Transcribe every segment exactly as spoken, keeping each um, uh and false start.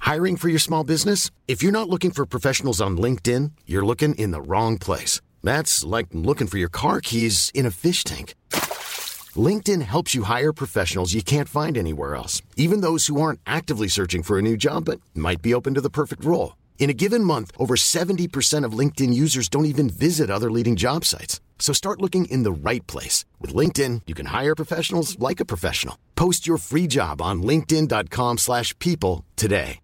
Hiring for your small business? If you're not looking for professionals on LinkedIn, you're looking in the wrong place. That's like looking for your car keys in a fish tank. LinkedIn helps you hire professionals you can't find anywhere else, even those who aren't actively searching for a new job but might be open to the perfect role. In a given month, over seventy percent of LinkedIn users don't even visit other leading job sites. So start looking in the right place. With LinkedIn, you can hire professionals like a professional. Post your free job on linkedin dot com slash people today.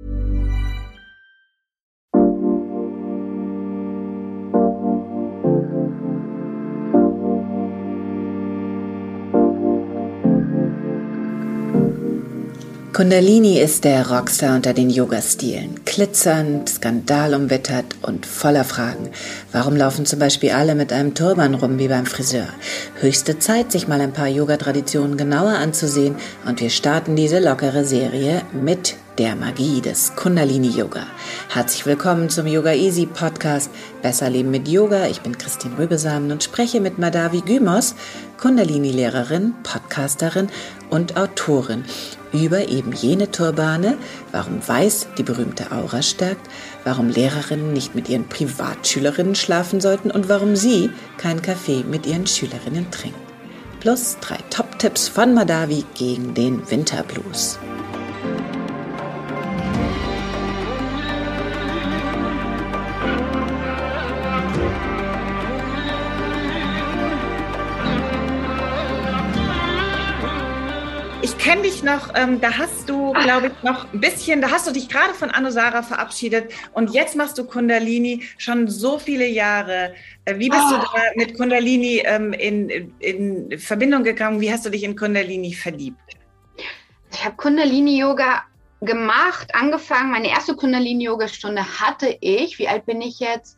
Kundalini ist der Rockstar unter den Yoga-Stilen. Glitzernd, skandalumwittert und voller Fragen. Warum laufen zum Beispiel alle mit einem Turban rum wie beim Friseur? Höchste Zeit, sich mal ein paar Yoga-Traditionen genauer anzusehen, und wir starten diese lockere Serie mit der Magie des Kundalini-Yoga. Herzlich willkommen zum Yoga Easy Podcast Besser Leben mit Yoga. Ich bin Christine Rübesamen und spreche mit Madhavi Gymos, Kundalini-Lehrerin, Podcasterin und Autorin, über eben jene Turbane, warum Weiß die berühmte Aura stärkt, warum Lehrerinnen nicht mit ihren Privatschülerinnen schlafen sollten und warum sie keinen Kaffee mit ihren Schülerinnen trinken. Plus drei Top-Tipps von Madhavi gegen den Winterblues. Ich kenne dich noch, ähm, da hast du, glaube ich, noch ein bisschen, da hast du dich gerade von Anusara verabschiedet und jetzt machst du Kundalini schon so viele Jahre. Äh, wie bist oh. du da mit Kundalini ähm, in, in Verbindung gegangen? Wie hast du dich in Kundalini verliebt? Ich habe Kundalini-Yoga gemacht, angefangen. Meine erste Kundalini-Yoga-Stunde hatte ich. Wie alt bin ich jetzt?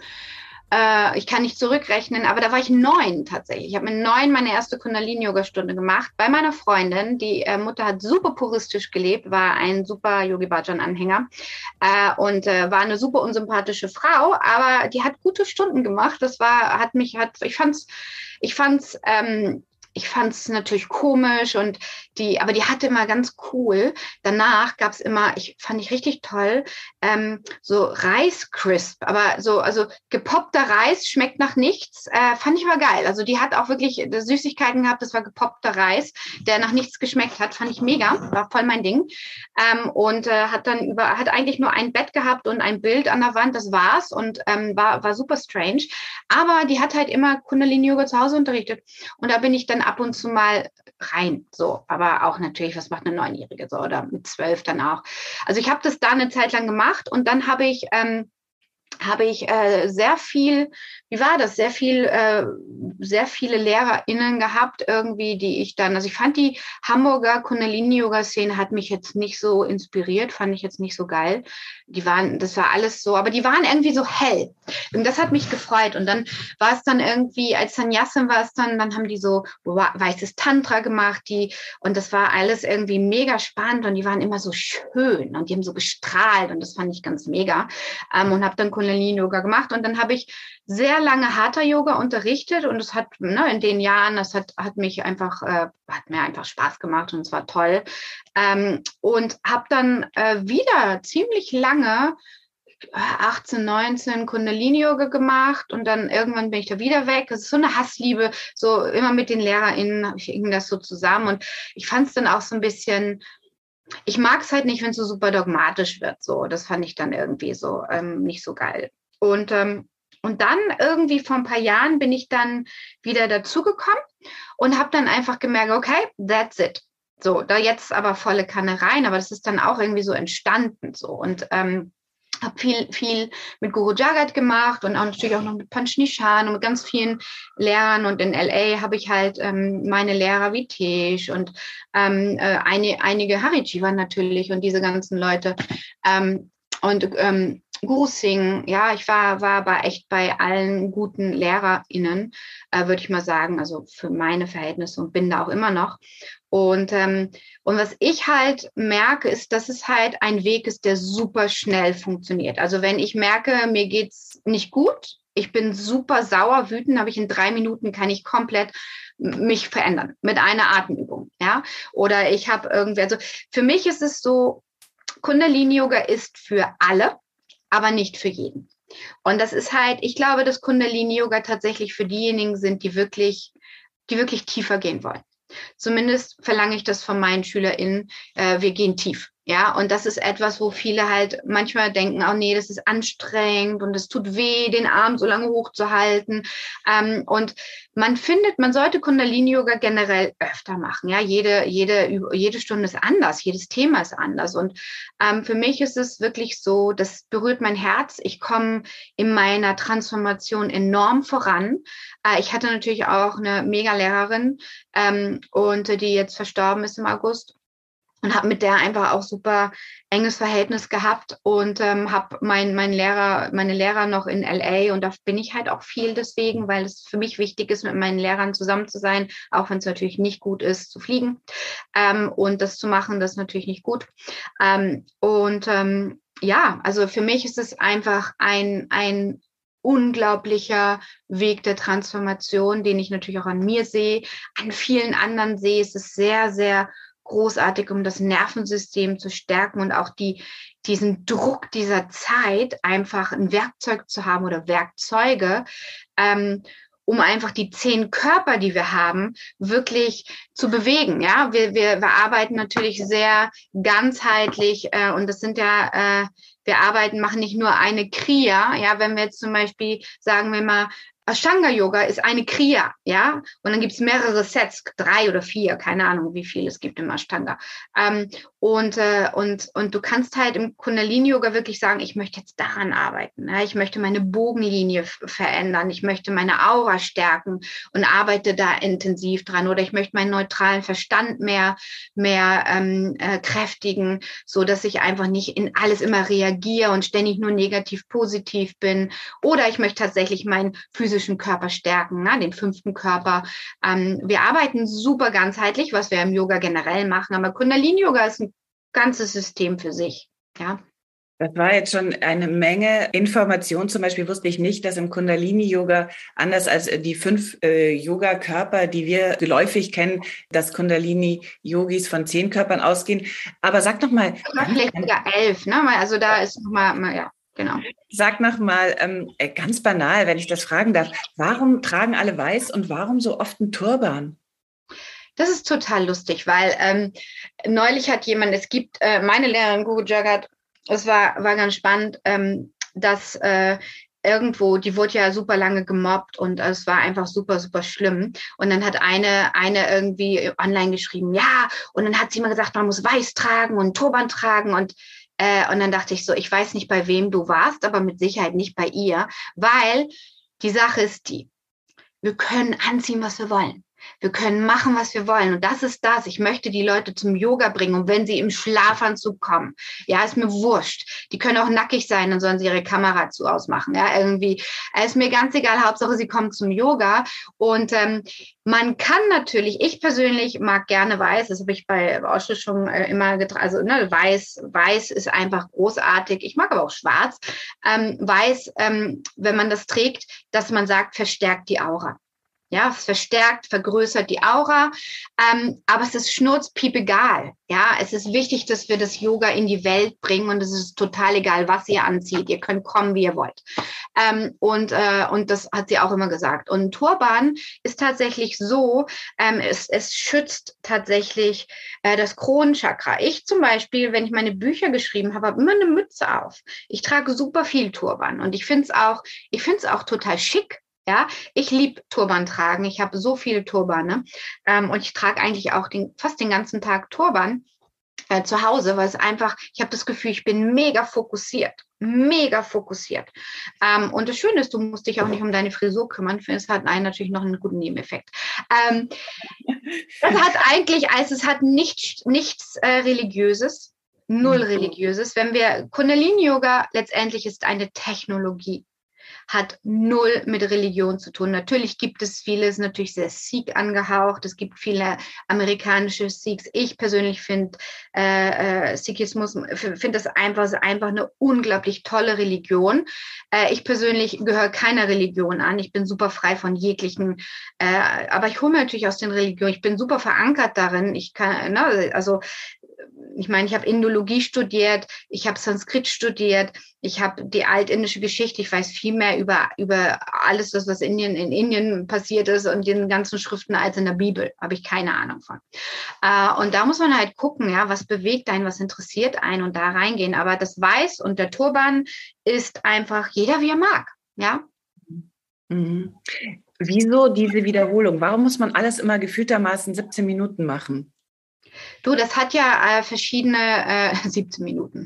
Ich kann nicht zurückrechnen, aber da war ich neun tatsächlich. Ich habe mit neun meine erste Kundalini-Yoga-Stunde gemacht bei meiner Freundin. Die äh, Mutter hat super puristisch gelebt, war ein super Yogi Bhajan-Anhänger äh, und äh, war eine super unsympathische Frau, aber die hat gute Stunden gemacht. Das war, hat mich, hat, ich fand's, ich fand's, ähm, Ich fand es natürlich komisch und die, aber die hatte immer ganz cool. Danach gab es immer, ich fand ich richtig toll, ähm, so Reiscrisp, aber so, also gepoppter Reis schmeckt nach nichts, äh, fand ich aber geil. Also die hat auch wirklich Süßigkeiten gehabt, das war gepoppter Reis, der nach nichts geschmeckt hat, fand ich mega, war voll mein Ding. Ähm, und äh, hat dann über, hat eigentlich nur ein Bett gehabt und ein Bild an der Wand, das war's und ähm, war, war super strange. Aber die hat halt immer Kundalini-Yoga zu Hause unterrichtet und da bin ich dann ab und zu mal rein, so, aber auch natürlich, was macht eine Neunjährige so oder mit zwölf dann auch. Also ich habe das da eine Zeit lang gemacht und dann habe ich ähm, habe ich äh, sehr viel, wie war das, sehr viel, äh, sehr viele LehrerInnen gehabt irgendwie, die ich dann, also ich fand die Hamburger Kundalini-Yoga-Szene hat mich jetzt nicht so inspiriert, fand ich jetzt nicht so geil. Die waren, das war alles so, aber die waren irgendwie so hell und das hat mich gefreut und dann war es dann irgendwie, als Sannyasin war es dann, dann haben die so weißes Tantra gemacht, die, und das war alles irgendwie mega spannend und die waren immer so schön und die haben so gestrahlt und das fand ich ganz mega ähm, und habe dann Kundalini-Yoga gemacht und dann habe ich sehr lange Hatha-Yoga unterrichtet und es hat, ne, in den Jahren, das hat, hat mich einfach, äh, hat mir einfach Spaß gemacht und es war toll. Ähm, und habe dann äh, wieder ziemlich lange, achtzehn, neunzehn Kundalini-Yoga gemacht und dann irgendwann bin ich da wieder weg. Es ist so eine Hassliebe, so immer mit den LehrerInnen habe ich irgendwie das so zusammen und ich fand es dann auch so ein bisschen, ich mag es halt nicht, wenn es so super dogmatisch wird. So, das fand ich dann irgendwie so ähm, nicht so geil. Und ähm, und dann irgendwie vor ein paar Jahren bin ich dann wieder dazugekommen und habe dann einfach gemerkt, okay, that's it. So, da jetzt aber volle Kanne rein, aber das ist dann auch irgendwie so entstanden so und ähm, habe viel, viel mit Guru Jagat gemacht und auch natürlich auch noch mit Panch Nishan und mit ganz vielen Lehrern. Und in L A habe ich halt ähm, meine Lehrer wie Tesh und ähm, äh, eine, einige Hari Jivan natürlich und diese ganzen Leute. Ähm, und ähm, Guru Singh, ja, ich war, war aber echt bei allen guten LehrerInnen, äh, würde ich mal sagen, also für meine Verhältnisse und bin da auch immer noch. Und, ähm, und was ich halt merke, ist, dass es halt ein Weg ist, der super schnell funktioniert. Also wenn ich merke, mir geht's nicht gut, ich bin super sauer, wütend, habe ich in drei Minuten, kann ich komplett mich verändern mit einer Atemübung, ja. Oder ich habe irgendwie, also für mich ist es so, Kundalini-Yoga ist für alle, aber nicht für jeden. Und das ist halt, ich glaube, dass Kundalini-Yoga tatsächlich für diejenigen sind, die wirklich, die wirklich tiefer gehen wollen. Zumindest verlange ich das von meinen SchülerInnen, äh, wir gehen tief. Ja, und das ist etwas, wo viele halt manchmal denken, oh nee, das ist anstrengend und es tut weh, den Arm so lange hochzuhalten. Ähm, und man findet, man sollte Kundalini-Yoga generell öfter machen. Ja, jede, jede, jede Stunde ist anders, jedes Thema ist anders. Und ähm, für mich ist es wirklich so, das berührt mein Herz. Ich komme in meiner Transformation enorm voran. Äh, ich hatte natürlich auch eine Mega-Lehrerin ähm, und die jetzt verstorben ist im August. Und habe mit der einfach auch super enges Verhältnis gehabt und ähm, habe mein, mein Lehrer, meine Lehrer noch in L A und da bin ich halt auch viel deswegen, weil es für mich wichtig ist, mit meinen Lehrern zusammen zu sein, auch wenn es natürlich nicht gut ist, zu fliegen ähm, und das zu machen, das ist natürlich nicht gut. Ähm, und ähm, ja, also für mich ist es einfach ein, ein unglaublicher Weg der Transformation, den ich natürlich auch an mir sehe, an vielen anderen sehe. Es ist sehr, sehr großartig, um das Nervensystem zu stärken und auch die, diesen Druck dieser Zeit einfach ein Werkzeug zu haben oder Werkzeuge, ähm, um einfach die zehn Körper, die wir haben, wirklich zu bewegen. Ja, wir, wir, wir arbeiten natürlich sehr ganzheitlich äh, und das sind ja, äh, wir arbeiten, machen nicht nur eine Kriya. Ja, wenn wir jetzt zum Beispiel, sagen wir mal, Ashtanga-Yoga ist eine Kriya, ja, und dann gibt es mehrere Sets, drei oder vier, keine Ahnung, wie viel es gibt im Ashtanga. Ähm, und, äh, und, und du kannst halt im Kundalini-Yoga wirklich sagen, ich möchte jetzt daran arbeiten, ja? Ich möchte meine Bogenlinie f- verändern, ich möchte meine Aura stärken und arbeite da intensiv dran oder ich möchte meinen neutralen Verstand mehr, mehr ähm, äh, kräftigen, so dass ich einfach nicht in alles immer reagiere und ständig nur negativ positiv bin oder ich möchte tatsächlich meinen physischen Körper stärken, ne, den fünften Körper. Ähm, wir arbeiten super ganzheitlich, was wir im Yoga generell machen, aber Kundalini-Yoga ist ein ganzes System für sich. Ja. Das war jetzt schon eine Menge Information. Zum Beispiel wusste ich nicht, dass im Kundalini-Yoga, anders als die fünf äh, Yoga-Körper, die wir geläufig kennen, dass Kundalini-Yogis von zehn Körpern ausgehen. Aber sag noch mal. Vielleicht sogar elf, ne? Also da ist noch mal, mal ja. Genau. Sag noch mal, ähm, ganz banal, wenn ich das fragen darf, warum tragen alle weiß und warum so oft ein Turban? Das ist total lustig, weil ähm, neulich hat jemand, es gibt äh, meine Lehrerin Guru Jagat, es war, war ganz spannend, ähm, dass äh, irgendwo, die wurde ja super lange gemobbt und es war einfach super, super schlimm. Und dann hat eine, eine irgendwie online geschrieben, ja, und dann hat sie immer gesagt, man muss weiß tragen und Turban tragen und Und dann dachte ich so, ich weiß nicht, bei wem du warst, aber mit Sicherheit nicht bei ihr, weil die Sache ist die, wir können anziehen, was wir wollen. Wir können machen, was wir wollen. Und das ist das. Ich möchte die Leute zum Yoga bringen. Und wenn sie im Schlafanzug kommen, ja, ist mir wurscht. Die können auch nackig sein, dann sollen sie ihre Kamera zu ausmachen. Ja, irgendwie, ist mir ganz egal. Hauptsache, sie kommen zum Yoga. Und ähm, man kann natürlich, ich persönlich mag gerne weiß. Das habe ich bei Osho schon äh, immer getragen. Also ne, weiß, weiß ist einfach großartig. Ich mag aber auch schwarz. Ähm, weiß, ähm, wenn man das trägt, dass man sagt, verstärkt die Aura. Ja, es verstärkt, vergrößert die Aura, ähm, aber es ist schnurzpiep egal. Ja, es ist wichtig, dass wir das Yoga in die Welt bringen und es ist total egal, was ihr anzieht. Ihr könnt kommen, wie ihr wollt. Ähm, und, äh, und das hat sie auch immer gesagt. Und Turban ist tatsächlich so, ähm, es, es schützt tatsächlich äh, das Kronenchakra. Ich zum Beispiel, wenn ich meine Bücher geschrieben habe, habe immer eine Mütze auf. Ich trage super viel Turban und ich finde es auch, ich finde es auch total schick. Ja, ich liebe Turban tragen. Ich habe so viele Turbane ähm, und ich trage eigentlich auch den, fast den ganzen Tag Turban äh, zu Hause, weil es einfach, ich habe das Gefühl, ich bin mega fokussiert, mega fokussiert. Ähm, und das Schöne ist, du musst dich auch nicht um deine Frisur kümmern. Es hat einen natürlich noch einen guten Nebeneffekt. Ähm, das hat eigentlich, also es hat nicht, nichts äh, Religiöses, null Religiöses. Wenn wir Kundalini-Yoga letztendlich ist eine Technologie. Hat null mit Religion zu tun. Natürlich gibt es vieles, natürlich sehr Sikh angehaucht. Es gibt viele amerikanische Sikhs. Ich persönlich finde äh, äh, Sikhismus, finde das einfach, einfach eine unglaublich tolle Religion. Äh, ich persönlich gehöre keiner Religion an. Ich bin super frei von jeglichen, äh, aber ich hole mir natürlich aus den Religionen. Ich bin super verankert darin. Ich kann, ne, also ich meine, ich habe Indologie studiert, ich habe Sanskrit studiert, ich habe die altindische Geschichte, ich weiß viel mehr über, über alles, das, was Indien, in Indien passiert ist und den ganzen Schriften als in der Bibel, habe ich keine Ahnung von. Äh, und da muss man halt gucken, ja, was bewegt einen, was interessiert einen und da reingehen. Aber das Weiß und der Turban ist einfach jeder, wie er mag, ja. Mhm. Wieso diese Wiederholung? Warum muss man alles immer gefühltermaßen siebzehn Minuten machen? Du, das hat ja äh, verschiedene, äh, siebzehn Minuten.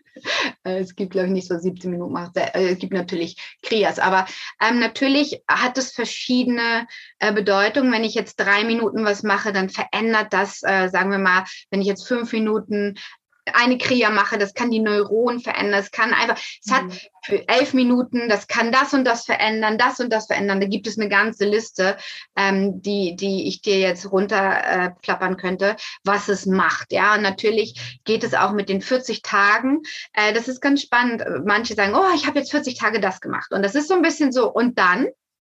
Es gibt, glaube ich, nicht so siebzehn Minuten. Es gibt natürlich Kriyas, aber ähm, natürlich hat es verschiedene äh, Bedeutungen. Wenn ich jetzt drei Minuten was mache, dann verändert das, äh, sagen wir mal, wenn ich jetzt fünf Minuten eine Kriya mache, das kann die Neuronen verändern, es kann einfach, es hat für elf Minuten, das kann das und das verändern, das und das verändern. Da gibt es eine ganze Liste, ähm, die, die ich dir jetzt runterplappern äh, könnte, was es macht. Ja, und natürlich geht es auch mit den vierzig Tagen. Äh, das ist ganz spannend. Manche sagen, oh, ich habe jetzt vierzig Tage das gemacht. Und das ist so ein bisschen so, und dann?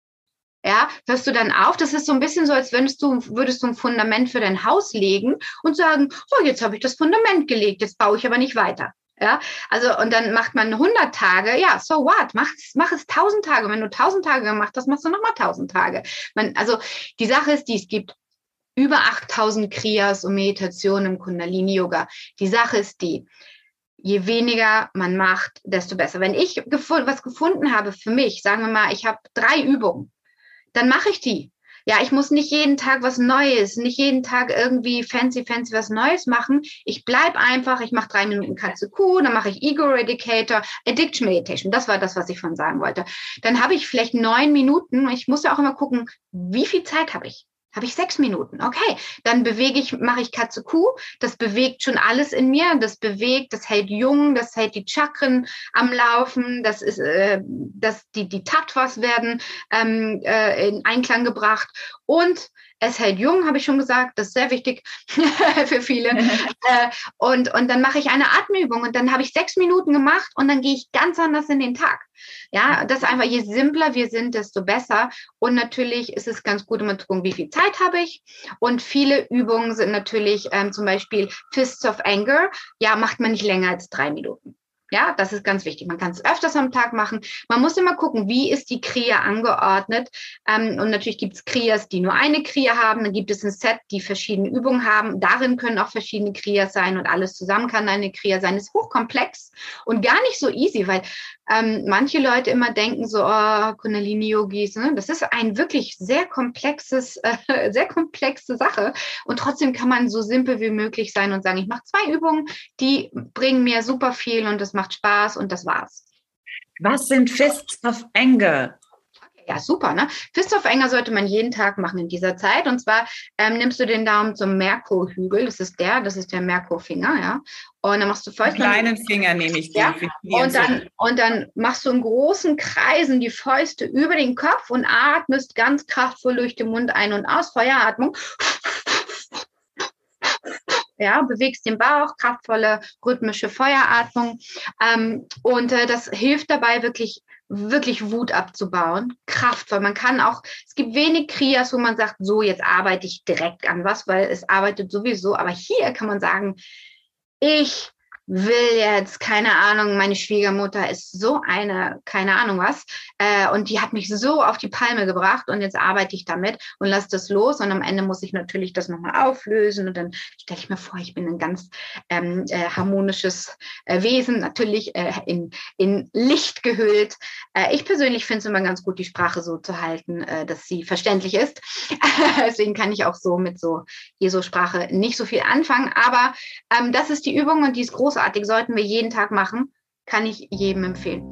Ja, hörst du dann auf? Das ist so ein bisschen so, als würdest du, würdest du ein Fundament für dein Haus legen und sagen, oh, jetzt habe ich das Fundament gelegt, jetzt baue ich aber nicht weiter. Ja, also, und dann macht man hundert Tage, ja, so what? Mach, mach es tausend Tage. Wenn du tausend Tage gemacht hast, machst du nochmal tausend Tage. Man, also, die Sache ist die, es gibt über achttausend Kriyas und Meditationen im Kundalini-Yoga. Die Sache ist die, je weniger man macht, desto besser. Wenn ich gefu- was gefunden habe für mich, sagen wir mal, ich habe drei Übungen, dann mache ich die. Ja, ich muss nicht jeden Tag was Neues, nicht jeden Tag irgendwie fancy, fancy was Neues machen. Ich bleib einfach, ich mache drei Minuten Katze Kuh, dann mache ich Ego Eradicator, Addiction Meditation. Das war das, was ich von sagen wollte. Dann habe ich vielleicht neun Minuten. Ich muss ja auch immer gucken, wie viel Zeit habe ich? Habe ich sechs Minuten? Okay, dann bewege ich, mache ich Katze Kuh. Das bewegt schon alles in mir. Das bewegt, das hält jung, das hält die Chakren am Laufen. Das ist, äh, dass die die Tattvas werden ähm, äh, in Einklang gebracht und es hält jung, habe ich schon gesagt. Das ist sehr wichtig für viele. äh, und und dann mache ich eine Atemübung und dann habe ich sechs Minuten gemacht und dann gehe ich ganz anders in den Tag. Ja, das ist einfach, je simpler wir sind, desto besser. Und natürlich ist es ganz gut, immer zu gucken, wie viel Zeit habe ich. Und viele Übungen sind natürlich ähm, zum Beispiel Fists of Anger. Ja, macht man nicht länger als drei Minuten. Ja, das ist ganz wichtig. Man kann es öfters am Tag machen. Man muss immer gucken, wie ist die Kriya angeordnet. Ähm, und natürlich gibt es Kriyas, die nur eine Kriya haben. Dann gibt es ein Set, die verschiedene Übungen haben. Darin können auch verschiedene Kriyas sein und alles zusammen kann eine Kriya sein. Das ist hochkomplex und gar nicht so easy, weil ähm, manche Leute immer denken so, oh, Kundalini-Yogis, ne? Das ist ein wirklich sehr komplexes, äh, sehr komplexe Sache. Und trotzdem kann man so simpel wie möglich sein und sagen, ich mache zwei Übungen, die bringen mir super viel und das macht Spaß und das war's. Was sind Fists of Anger? Ja, super, ne? Fists of Anger sollte man jeden Tag machen in dieser Zeit. Und zwar ähm, nimmst du den Daumen zum Merkurhügel. Das ist der, das ist der Merkurfinger, ja. Und dann machst du Fäuste. Den kleinen Finger nehme ich. Ja. Und dann, und dann machst du in großen Kreisen die Fäuste über den Kopf und atmest ganz kraftvoll durch den Mund ein und aus. Feueratmung. Ja, bewegst den Bauch, kraftvolle, rhythmische Feueratmung. Ähm, und äh, das hilft dabei, wirklich wirklich Wut abzubauen, kraftvoll. Man kann auch, es gibt wenig Kriyas, wo man sagt, so, jetzt arbeite ich direkt an was, weil es arbeitet sowieso. Aber hier kann man sagen, ich will jetzt, keine Ahnung, meine Schwiegermutter ist so eine, keine Ahnung was, äh, und die hat mich so auf die Palme gebracht und jetzt arbeite ich damit und lasse das los und am Ende muss ich natürlich das nochmal auflösen und dann stelle ich mir vor, ich bin ein ganz ähm, äh, harmonisches äh, Wesen, natürlich äh, in, in Licht gehüllt. Äh, ich persönlich finde es immer ganz gut, die Sprache so zu halten, äh, dass sie verständlich ist. Deswegen kann ich auch so mit so Jesu-Sprache nicht so viel anfangen, aber ähm, das ist die Übung und die ist groß. Großartig, sollten wir jeden Tag machen, kann ich jedem empfehlen.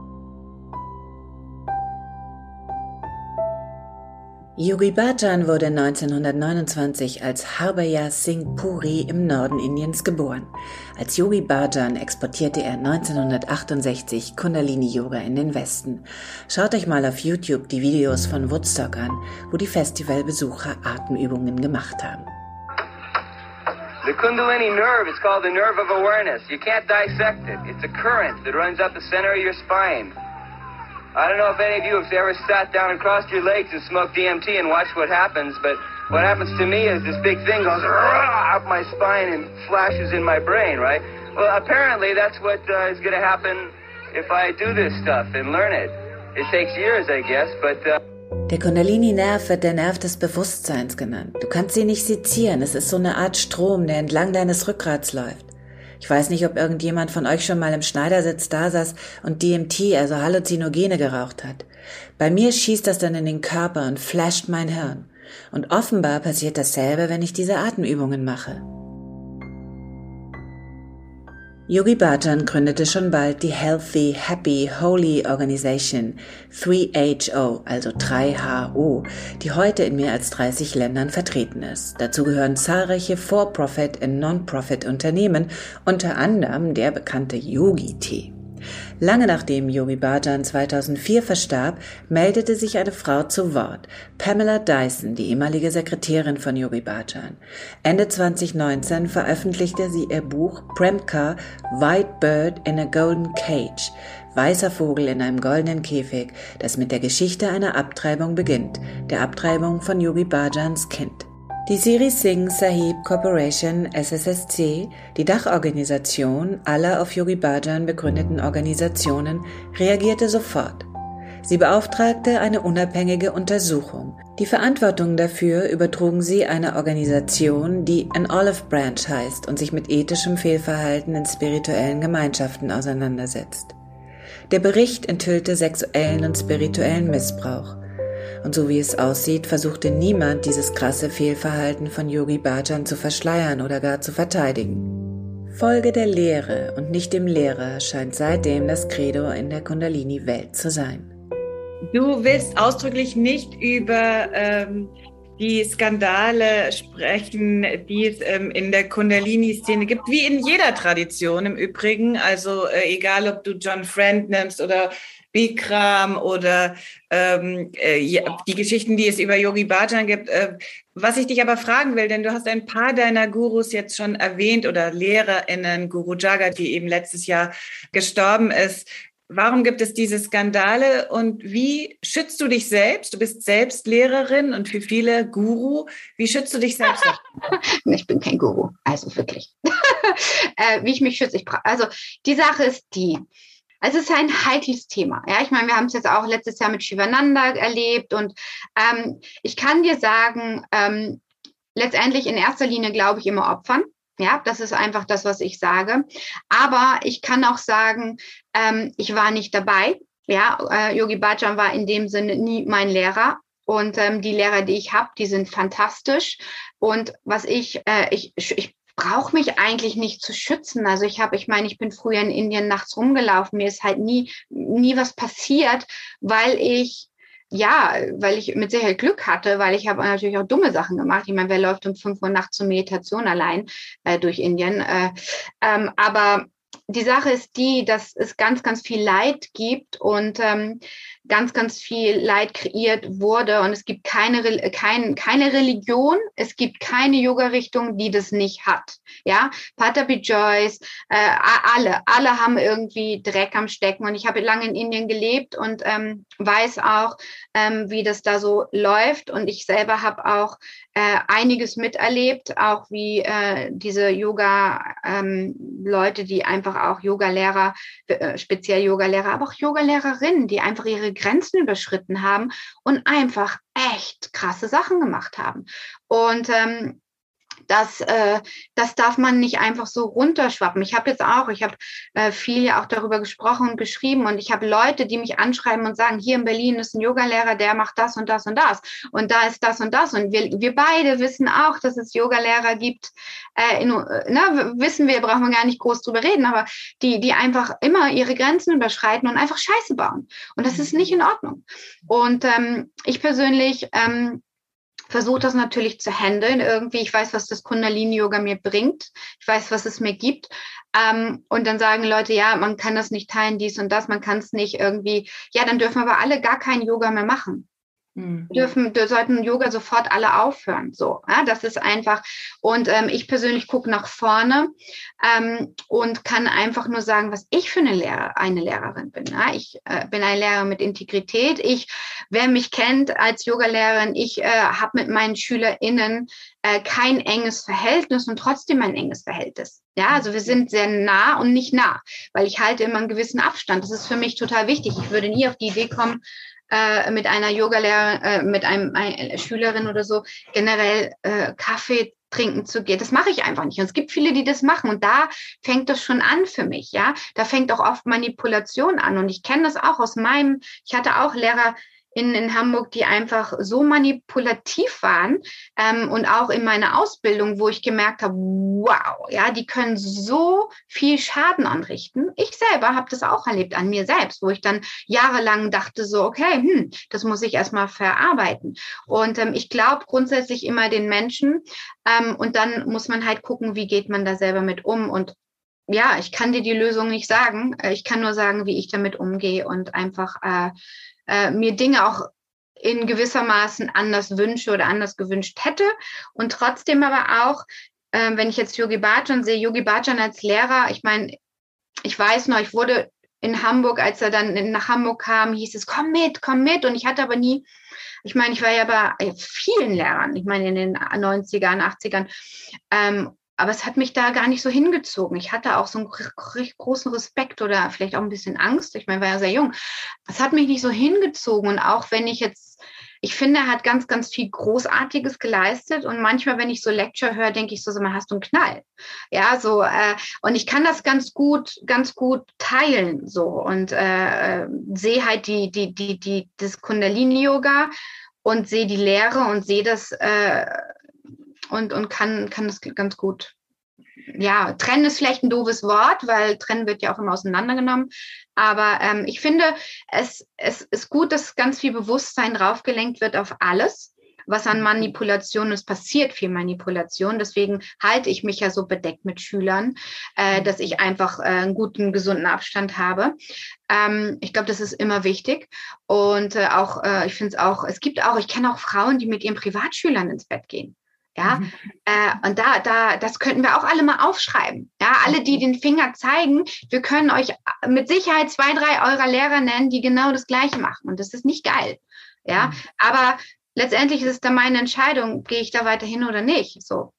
Yogi Bhajan wurde neunzehnhundertneunundzwanzig als Harbhaya Singh Puri im Norden Indiens geboren. Als Yogi Bhajan exportierte er neunzehnhundertachtundsechzig Kundalini-Yoga in den Westen. Schaut euch mal auf YouTube die Videos von Woodstock an, wo die Festivalbesucher Atemübungen gemacht haben. The Kundalini nerve is called the nerve of awareness. You can't dissect it. It's a current that runs up the center of your spine. I don't know if any of you have ever sat down and crossed your legs and smoked D M T and watched what happens, but what happens to me is this big thing goes up my spine and flashes in my brain, right? Well, apparently that's what uh, is going to happen if I do this stuff and learn it. It takes years, I guess, but... Uh Der Kundalini-Nerv wird der Nerv des Bewusstseins genannt. Du kannst sie nicht sezieren, es ist so eine Art Strom, der entlang deines Rückgrats läuft. Ich weiß nicht, ob irgendjemand von euch schon mal im Schneidersitz da saß und D M T, also Halluzinogene, geraucht hat. Bei mir schießt das dann in den Körper und flasht mein Hirn. Und offenbar passiert dasselbe, wenn ich diese Atemübungen mache. Yogi Bhajan gründete schon bald die Healthy, Happy, Holy Organization drei H O, also drei H O, die heute in mehr als dreißig Ländern vertreten ist. Dazu gehören zahlreiche For-Profit- und Non-Profit-Unternehmen, unter anderem der bekannte Yogi-Tee. Lange nachdem Yogi Bhajan zweitausendvier verstarb, meldete sich eine Frau zu Wort, Pamela Dyson, die ehemalige Sekretärin von Yogi Bhajan. Ende zwanzig neunzehn veröffentlichte sie ihr Buch Premka, White Bird in a Golden Cage, weißer Vogel in einem goldenen Käfig, das mit der Geschichte einer Abtreibung beginnt, der Abtreibung von Yogi Bhajans Kind. Die Siri Singh Sahib Corporation S S S C, die Dachorganisation aller auf Yogi Bhajan begründeten Organisationen, reagierte sofort. Sie beauftragte eine unabhängige Untersuchung. Die Verantwortung dafür übertrugen sie einer Organisation, die An Olive Branch heißt und sich mit ethischem Fehlverhalten in spirituellen Gemeinschaften auseinandersetzt. Der Bericht enthüllte sexuellen und spirituellen Missbrauch. Und so wie es aussieht, versuchte niemand, dieses krasse Fehlverhalten von Yogi Bhajan zu verschleiern oder gar zu verteidigen. Folge der Lehre und nicht dem Lehrer scheint seitdem das Credo in der Kundalini-Welt zu sein. Du willst ausdrücklich nicht über ähm, die Skandale sprechen, die es ähm, in der Kundalini-Szene gibt, wie in jeder Tradition im Übrigen. Also äh, egal, ob du John Friend nimmst oder Bikram oder ähm, äh, ja, die Geschichten, die es über Yogi Bhajan gibt. Äh, was ich dich aber fragen will, denn du hast ein paar deiner Gurus jetzt schon erwähnt oder LehrerInnen, Guru Jagat, die eben letztes Jahr gestorben ist. Warum gibt es diese Skandale und wie schützt du dich selbst? Du bist selbst Lehrerin und für viele Guru. Wie schützt du dich selbst? Ich bin kein Guru, also wirklich. äh, wie ich mich schütze. Ich bra- also die Sache ist die, also es ist ein heikles Thema. Ja, ich meine, wir haben es jetzt auch letztes Jahr mit Shivananda erlebt und ähm, ich kann dir sagen, ähm, letztendlich in erster Linie glaube ich immer Opfern. Ja, das ist einfach das, was ich sage. Aber ich kann auch sagen, ähm, ich war nicht dabei. Ja, äh, Yogi Bhajan war in dem Sinne nie mein Lehrer. Und ähm, die Lehrer, die ich habe, die sind fantastisch. Und was ich, äh, ich, ich brauche mich eigentlich nicht zu schützen. Also ich habe, ich meine, ich bin früher in Indien nachts rumgelaufen. Mir ist halt nie, nie was passiert, weil ich Ja, weil ich mit Sicherheit Glück hatte, weil ich habe natürlich auch dumme Sachen gemacht. Ich meine, wer läuft um fünf Uhr nachts zur Meditation allein äh, durch Indien? Äh, ähm, aber die Sache ist die, dass es ganz, ganz viel Leid gibt und ähm, ganz, ganz viel Leid kreiert wurde. Und es gibt keine, kein, keine Religion, es gibt keine Yoga-Richtung, die das nicht hat. Ja, Patabi Joyce, äh, alle, alle haben irgendwie Dreck am Stecken. Und ich habe lange in Indien gelebt und ähm, weiß auch, ähm, wie das da so läuft. Und ich selber habe auch äh, einiges miterlebt, auch wie äh, diese Yoga-Leute, ähm, die einfach auch Yoga-Lehrer, äh, speziell Yoga-Lehrer, aber auch Yoga-Lehrerinnen, die einfach ihre Grenzen überschritten haben und einfach echt krasse Sachen gemacht haben. Und ähm, das, äh, das darf man nicht einfach so runterschwappen. Ich habe jetzt auch, ich habe äh, viel ja auch darüber gesprochen und geschrieben und ich habe Leute, die mich anschreiben und sagen, hier in Berlin ist ein Yogalehrer, der macht das und das und das und da ist das und das und wir, wir beide wissen auch, dass es Yogalehrer gibt, äh, in, ne, wissen wir, brauchen wir gar nicht groß drüber reden, aber die, die einfach immer ihre Grenzen überschreiten und einfach Scheiße bauen und das ist nicht in Ordnung. Und ähm, ich persönlich ähm, versuche das natürlich zu handeln irgendwie. Ich weiß, was das Kundalini-Yoga mir bringt. Ich weiß, was es mir gibt. Ähm, und dann sagen Leute, ja, man kann das nicht teilen, dies und das, man kann es nicht irgendwie, ja, dann dürfen aber alle gar keinen Yoga mehr machen. dürfen, sollten Yoga sofort alle aufhören. So, ja, das ist einfach. Und ähm, ich persönlich gucke nach vorne ähm, und kann einfach nur sagen, was ich für eine Lehrer, eine Lehrerin bin. Ja? Ich äh, bin eine Lehrerin mit Integrität. Ich, wer mich kennt als Yogalehrerin, ich äh, habe mit meinen SchülerInnen äh, kein enges Verhältnis und trotzdem ein enges Verhältnis. Ja, also wir sind sehr nah und nicht nah, weil ich halte immer einen gewissen Abstand. Das ist für mich total wichtig. Ich würde nie auf die Idee kommen, äh, mit einer Yogalehrerin, äh, mit einem eine Schülerin oder so generell äh, Kaffee trinken zu gehen. Das mache ich einfach nicht. Und es gibt viele, die das machen. Und da fängt das schon an für mich. Ja, da fängt auch oft Manipulation an. Und ich kenne das auch aus meinem, ich hatte auch Lehrer in, in Hamburg, die einfach so manipulativ waren ähm, und auch in meiner Ausbildung, wo ich gemerkt habe, wow, ja, die können so viel Schaden anrichten. Ich selber habe das auch erlebt an mir selbst, wo ich dann jahrelang dachte so, okay, hm, das muss ich erstmal verarbeiten. Und ähm, ich glaube grundsätzlich immer den Menschen ähm, und dann muss man halt gucken, wie geht man da selber mit um. Und ja, ich kann dir die Lösung nicht sagen. Ich kann nur sagen, wie ich damit umgehe und einfach äh, äh, mir Dinge auch in gewissermaßen anders wünsche oder anders gewünscht hätte. Und trotzdem aber auch, äh, wenn ich jetzt Yogi Bhajan sehe, Yogi Bhajan als Lehrer, ich meine, ich weiß noch, ich wurde in Hamburg, als er dann nach Hamburg kam, hieß es, komm mit, komm mit. Und ich hatte aber nie, ich meine, ich war ja bei vielen Lehrern, ich meine in den neunzigern, achtzigern, ähm, aber es hat mich da gar nicht so hingezogen. Ich hatte auch so einen großen Respekt oder vielleicht auch ein bisschen Angst. Ich meine, ich war ja sehr jung. Es hat mich nicht so hingezogen. Und auch wenn ich jetzt, ich finde, er hat ganz, ganz viel Großartiges geleistet. Und manchmal, wenn ich so Lecture höre, denke ich so, so, man hast du einen Knall. Ja, so, äh, und ich kann das ganz gut, ganz gut teilen, so. Und äh, sehe halt die, die, die, die, das Kundalini-Yoga und sehe die Lehre und sehe das, äh, und, und kann, kann das ganz gut, ja, trennen ist vielleicht ein doofes Wort, weil trennen wird ja auch immer auseinandergenommen, aber ähm, ich finde, es, es ist gut, dass ganz viel Bewusstsein draufgelenkt wird auf alles, was an Manipulation ist, passiert viel Manipulation, deswegen halte ich mich ja so bedeckt mit Schülern, äh, dass ich einfach äh, einen guten, gesunden Abstand habe. Ähm, ich glaube, das ist immer wichtig und äh, auch, äh, ich finde es auch, es gibt auch, ich kenne auch Frauen, die mit ihren Privatschülern ins Bett gehen. Ja, mhm. äh, und da, da, das könnten wir auch alle mal aufschreiben. Ja, alle, die den Finger zeigen, wir können euch mit Sicherheit zwei, drei eurer Lehrer nennen, die genau das Gleiche machen. Und das ist nicht geil. Ja, mhm. aber letztendlich ist es dann meine Entscheidung, gehe ich da weiterhin oder nicht. So.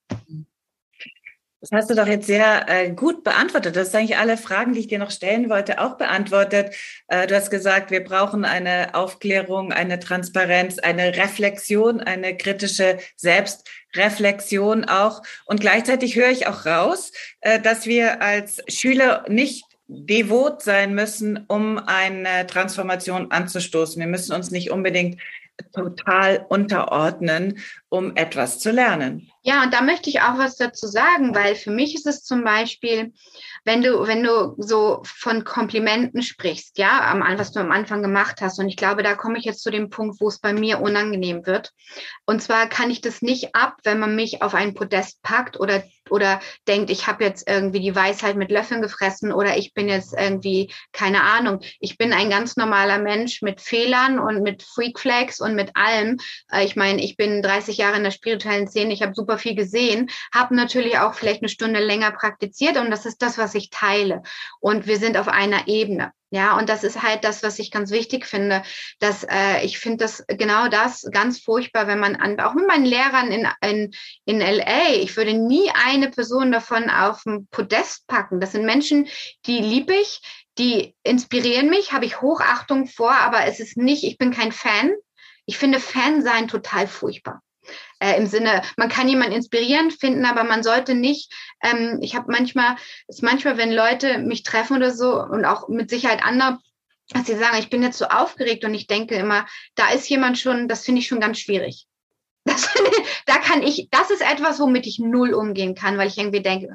Das hast du doch jetzt sehr äh, gut beantwortet. Das sind eigentlich alle Fragen, die ich dir noch stellen wollte, auch beantwortet. Äh, du hast gesagt, wir brauchen eine Aufklärung, eine Transparenz, eine Reflexion, eine kritische Selbstreflexion auch. Und gleichzeitig höre ich auch raus, äh, dass wir als Schüler nicht devot sein müssen, um eine Transformation anzustoßen. Wir müssen uns nicht unbedingt total unterordnen, um etwas zu lernen. Ja, und da möchte ich auch was dazu sagen, weil für mich ist es zum Beispiel, wenn du, wenn du so von Komplimenten sprichst, ja, was du am Anfang gemacht hast. Und ich glaube, da komme ich jetzt zu dem Punkt, wo es bei mir unangenehm wird. Und zwar kann ich das nicht ab, wenn man mich auf einen Podest packt oder, oder denkt, ich habe jetzt irgendwie die Weisheit mit Löffeln gefressen oder ich bin jetzt irgendwie, keine Ahnung, ich bin ein ganz normaler Mensch mit Fehlern und mit Freak Flags und mit allem. Ich meine, ich bin dreißig Jahre in der spirituellen Szene, ich habe super viel gesehen, habe natürlich auch vielleicht eine Stunde länger praktiziert und das ist das, was ich teile. Und wir sind auf einer Ebene. Ja, und das ist halt das, was ich ganz wichtig finde, dass äh, ich finde das genau das ganz furchtbar, wenn man an, auch mit meinen Lehrern in, in, in L A, ich würde nie eine Person davon auf den Podest packen. Das sind Menschen, die liebe ich, die inspirieren mich, habe ich Hochachtung vor, aber es ist nicht, ich bin kein Fan. Ich finde Fan sein total furchtbar. Äh, im Sinne, man kann jemanden inspirierend finden, aber man sollte nicht, ähm, ich habe manchmal, ist manchmal, wenn Leute mich treffen oder so und auch mit Sicherheit andere, dass sie sagen, ich bin jetzt so aufgeregt und ich denke immer, da ist jemand schon, das finde ich schon ganz schwierig. Das, da kann ich, das ist etwas, womit ich null umgehen kann, weil ich irgendwie denke,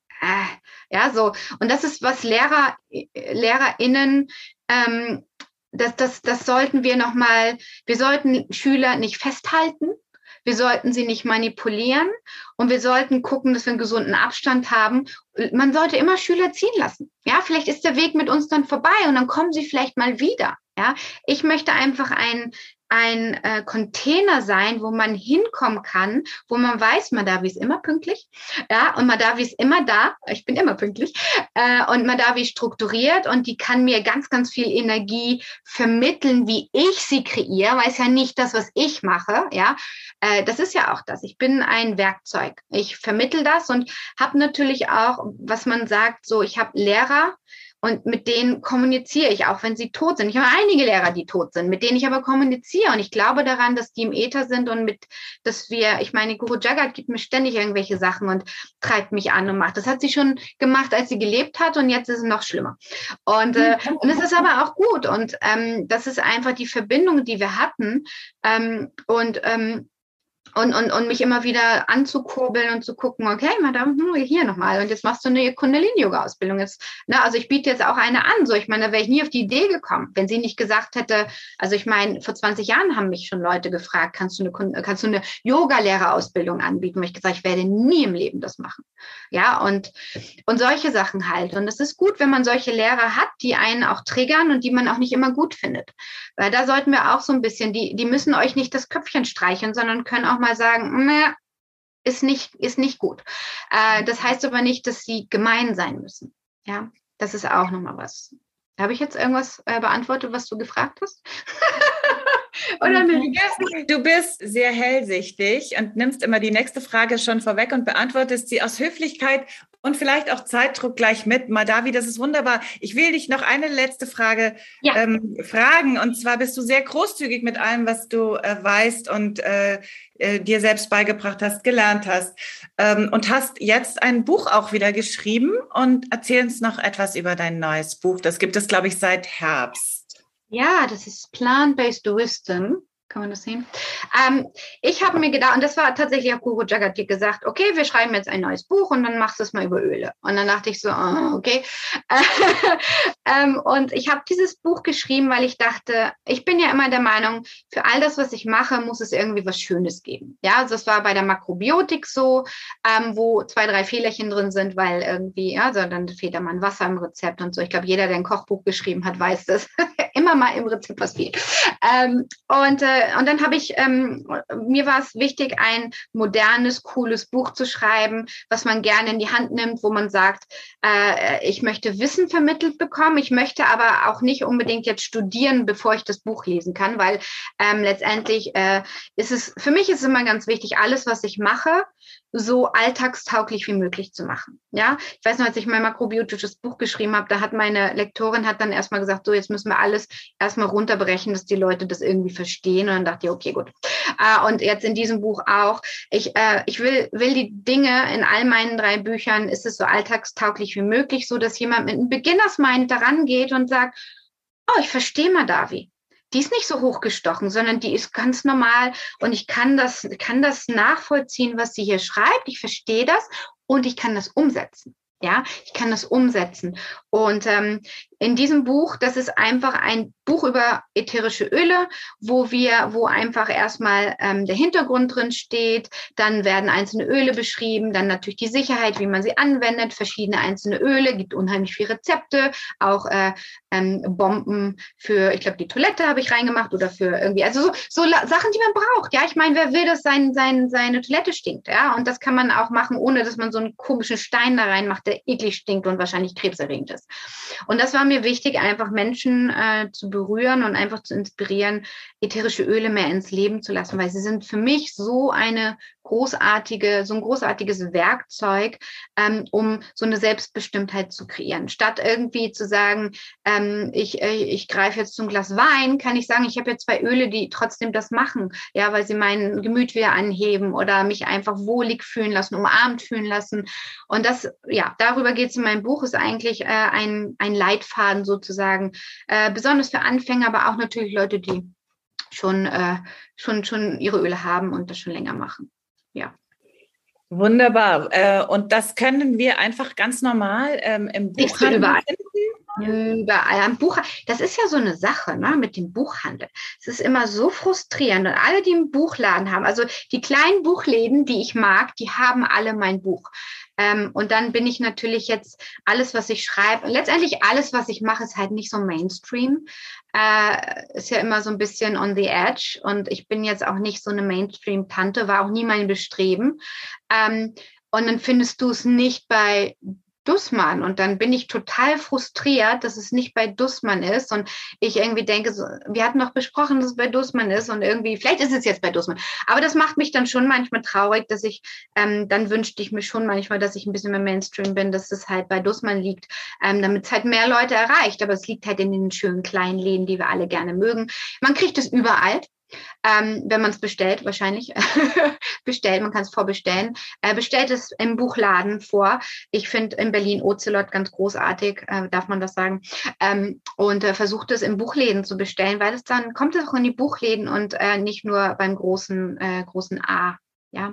äh, ja, so. Und das ist, was Lehrer, LehrerInnen, ähm, das, das, das sollten wir nochmal, wir sollten Schüler nicht festhalten, wir sollten sie nicht manipulieren und wir sollten gucken, dass wir einen gesunden Abstand haben. Man sollte immer Schüler ziehen lassen. Ja, vielleicht ist der Weg mit uns dann vorbei und dann kommen sie vielleicht mal wieder. Ja, ich möchte einfach ein, ein äh, Container sein, wo man hinkommen kann, wo man weiß, Mahdavi ist immer pünktlich, ja, und Mahdavi ist immer da, ich bin immer pünktlich, äh, und Mahdavi ist strukturiert und die kann mir ganz, ganz viel Energie vermitteln, wie ich sie kreiere, weil es ja nicht das, was ich mache, ja, äh, das ist ja auch das. Ich bin ein Werkzeug. Ich vermittel das und habe natürlich auch, was man sagt, so, ich habe Lehrer, und mit denen kommuniziere ich, auch wenn sie tot sind. Ich habe einige Lehrer, die tot sind, mit denen ich aber kommuniziere. Und ich glaube daran, dass die im Äther sind und mit, dass wir, ich meine, Guru Jagat gibt mir ständig irgendwelche Sachen und treibt mich an und macht. Das hat sie schon gemacht, als sie gelebt hat, und jetzt ist es noch schlimmer. Und, äh, und es ist aber auch gut. Und ähm, das ist einfach die Verbindung, die wir hatten. Ähm, und ähm, Und, und, und mich immer wieder anzukurbeln und zu gucken, okay, Madame, hier nochmal. Und jetzt machst du eine Kundalini-Yoga-Ausbildung. Jetzt, na, also ich biete jetzt auch eine an. So, ich meine, da wäre ich nie auf die Idee gekommen, wenn sie nicht gesagt hätte, also ich meine, vor zwanzig Jahren haben mich schon Leute gefragt, kannst du eine, kannst du eine Yoga-Lehrerausbildung anbieten? Und ich gesagt, ich werde nie im Leben das machen. Ja, und, und solche Sachen halt. Und es ist gut, wenn man solche Lehrer hat, die einen auch triggern und die man auch nicht immer gut findet. Weil da sollten wir auch so ein bisschen, die, die müssen euch nicht das Köpfchen streicheln, sondern können auch mal sagen, ne, ist nicht, ist nicht gut. Äh, das heißt aber nicht, dass sie gemein sein müssen. Ja, das ist auch nochmal was. Habe ich jetzt irgendwas äh, beantwortet, was du gefragt hast? Oder nicht? Du bist sehr hellsichtig und nimmst immer die nächste Frage schon vorweg und beantwortest sie aus Höflichkeit und vielleicht auch Zeitdruck gleich mit. Mahdavi, das ist wunderbar. Ich will dich noch eine letzte Frage ja. ähm, fragen. Und zwar bist du sehr großzügig mit allem, was du äh, weißt und äh, äh, dir selbst beigebracht hast, gelernt hast. Ähm, und hast jetzt ein Buch auch wieder geschrieben. Und erzähl uns noch etwas über dein neues Buch. Das gibt es, glaube ich, seit Herbst. Ja, das ist Plant-Based Wisdom. Kann man das sehen? Ähm, ich habe mir gedacht, und das war tatsächlich auch Guru Jagat, die gesagt, okay, wir schreiben jetzt ein neues Buch und dann machst du es mal über Öle. Und dann dachte ich so, oh, okay. ähm, und ich habe dieses Buch geschrieben, weil ich dachte, ich bin ja immer der Meinung, für all das, was ich mache, muss es irgendwie was Schönes geben. Ja, also das war bei der Makrobiotik so, ähm, wo zwei, drei Fehlerchen drin sind, weil irgendwie, ja, also dann fehlt da mal Wasser im Rezept und so. Ich glaube, jeder, der ein Kochbuch geschrieben hat, weiß das. Immer mal im Rezept was fehlt. Ähm, und äh, Und dann habe ich, ähm, mir war es wichtig, ein modernes, cooles Buch zu schreiben, was man gerne in die Hand nimmt, wo man sagt, äh, ich möchte Wissen vermittelt bekommen, ich möchte aber auch nicht unbedingt jetzt studieren, bevor ich das Buch lesen kann, weil ähm, letztendlich äh, ist es, für mich ist es immer ganz wichtig, alles, was ich mache, so alltagstauglich wie möglich zu machen. Ja, ich weiß noch, als ich mein makrobiotisches Buch geschrieben habe, da hat meine Lektorin hat dann erstmal gesagt, so, jetzt müssen wir alles erstmal runterbrechen, dass die Leute das irgendwie verstehen. Und dann dachte ich, okay, gut. Äh, und jetzt in diesem Buch auch. Ich, äh, ich will, will die Dinge in all meinen drei Büchern, ist es so alltagstauglich wie möglich, so dass jemand mit einem Beginners Mind daran geht und sagt, oh, ich verstehe Mahdavi. Die ist nicht so hochgestochen, sondern die ist ganz normal und ich kann das, kann das nachvollziehen, was sie hier schreibt. Ich verstehe das und ich kann das umsetzen. Ja, ich kann das umsetzen. Und ähm, in diesem Buch, das ist einfach ein Buch über ätherische Öle, wo wir, wo einfach erstmal ähm, der Hintergrund drin steht, dann werden einzelne Öle beschrieben, dann natürlich die Sicherheit, wie man sie anwendet, verschiedene einzelne Öle, gibt unheimlich viele Rezepte, auch äh, ähm, Bomben für, ich glaube, die Toilette habe ich reingemacht oder für irgendwie, also so, so Sachen, die man braucht. Ja, ich meine, wer will, dass sein, sein, seine Toilette stinkt? Ja, und das kann man auch machen, ohne dass man so einen komischen Stein da reinmacht, der eklig stinkt und wahrscheinlich krebserregend ist. Und das war mir wichtig, einfach Menschen äh, zu berühren und einfach zu inspirieren, ätherische Öle mehr ins Leben zu lassen, weil sie sind für mich so eine großartige, so ein großartiges Werkzeug, ähm, um so eine Selbstbestimmtheit zu kreieren. Statt irgendwie zu sagen, ähm, ich, äh, ich greife jetzt zum Glas Wein, kann ich sagen, ich habe jetzt zwei Öle, die trotzdem das machen, ja, weil sie mein Gemüt wieder anheben oder mich einfach wohlig fühlen lassen, umarmt fühlen lassen. Und das, ja, darüber geht es in meinem Buch, ist eigentlich äh, ein, ein Leitfaden sozusagen, äh, besonders für Anfänger, aber auch natürlich Leute, die schon, äh, schon, schon ihre Öle haben und das schon länger machen. Ja. Wunderbar. Äh, und das können wir einfach ganz normal ähm, im Buchhandel überall. finden? Überall. Am Buch, das ist ja so eine Sache, ne, mit dem Buchhandel. Es ist immer so frustrierend. Und alle, die einen Buchladen haben, also die kleinen Buchläden, die ich mag, die haben alle mein Buch. Ähm, und dann bin ich natürlich jetzt alles, was ich schreibe, letztendlich alles, was ich mache, ist halt nicht so Mainstream. Äh, ist ja immer so ein bisschen on the edge. Und ich bin jetzt auch nicht so eine Mainstream-Tante, war auch nie mein Bestreben. Ähm, und dann findest du es nicht bei Dussmann. Und dann bin ich total frustriert, dass es nicht bei Dussmann ist. Und ich irgendwie denke, so, wir hatten doch besprochen, dass es bei Dussmann ist. Und irgendwie, vielleicht ist es jetzt bei Dussmann. Aber das macht mich dann schon manchmal traurig, dass ich, ähm, dann wünschte ich mir schon manchmal, dass ich ein bisschen mehr Mainstream bin, dass es halt bei Dussmann liegt, ähm, damit es halt mehr Leute erreicht. Aber es liegt halt in den schönen kleinen Läden, die wir alle gerne mögen. Man kriegt es überall. Ähm, wenn man es bestellt, wahrscheinlich bestellt, man kann es vorbestellen, äh, bestellt es im Buchladen vor. Ich finde in Berlin Ocelot ganz großartig, äh, darf man das sagen, ähm, und äh, versucht es in Buchläden zu bestellen, weil es dann kommt es auch in die Buchläden und äh, nicht nur beim großen, äh, großen A. Ja.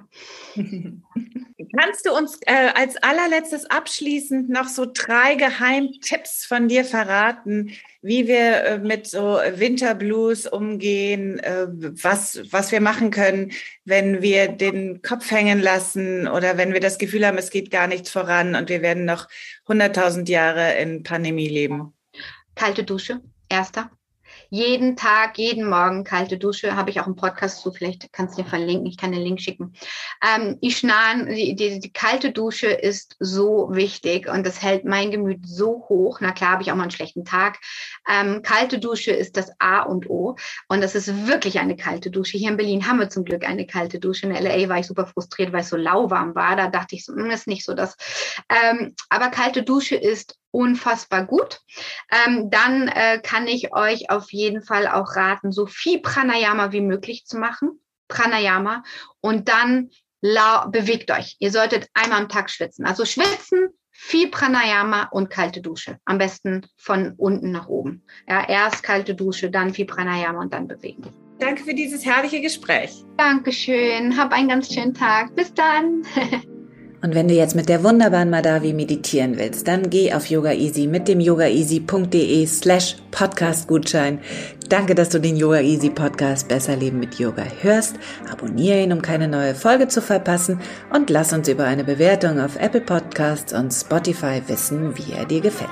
Kannst du uns äh, als allerletztes abschließend noch so drei Geheimtipps von dir verraten, wie wir äh, mit so Winterblues umgehen, äh, was, was wir machen können, wenn wir den Kopf hängen lassen oder wenn wir das Gefühl haben, es geht gar nichts voran und wir werden noch hunderttausend Jahre in Pandemie leben? Kalte Dusche, erster. Jeden Tag, jeden Morgen kalte Dusche, habe ich auch einen Podcast zu, vielleicht kannst du dir verlinken, ich kann den Link schicken. Ähm, Ishnan, die, die, die kalte Dusche ist so wichtig und das hält mein Gemüt so hoch. Na klar, habe ich auch mal einen schlechten Tag. Ähm, kalte Dusche ist das A und O und das ist wirklich eine kalte Dusche. Hier in Berlin haben wir zum Glück eine kalte Dusche. In L A war ich super frustriert, weil es so lauwarm war. Da dachte ich so, mh, ist nicht so das. Ähm, aber kalte Dusche ist unfassbar gut. Ähm, dann äh, kann ich euch auf jeden Fall auch raten, so viel Pranayama wie möglich zu machen. Pranayama. Und dann lau- bewegt euch. Ihr solltet einmal am Tag schwitzen. Also schwitzen, viel Pranayama und kalte Dusche. Am besten von unten nach oben. Ja, erst kalte Dusche, dann viel Pranayama und dann bewegen. Danke für dieses herrliche Gespräch. Dankeschön. Hab einen ganz schönen Tag. Bis dann. Und wenn du jetzt mit der wunderbaren Madhavi meditieren willst, dann geh auf Yoga Easy mit dem yogaeasy.de slash Podcast-Gutschein. Danke, dass du den Yoga Easy Podcast Besser Leben mit Yoga hörst. Abonniere ihn, um keine neue Folge zu verpassen und lass uns über eine Bewertung auf Apple Podcasts und Spotify wissen, wie er dir gefällt.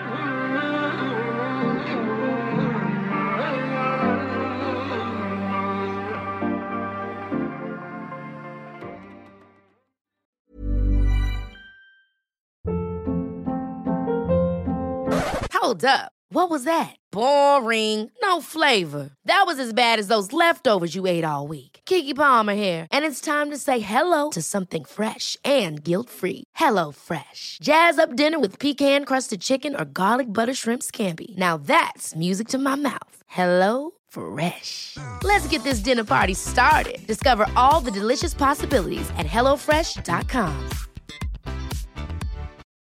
Hold up. What was that? Boring. No flavor. That was as bad as those leftovers you ate all week. Keke Palmer here. And it's time to say hello to something fresh and guilt-free. Hello Fresh. Jazz up dinner with pecan-crusted chicken or garlic butter shrimp scampi. Now that's music to my mouth. Hello Fresh. Let's get this dinner party started. Discover all the delicious possibilities at hello fresh dot com.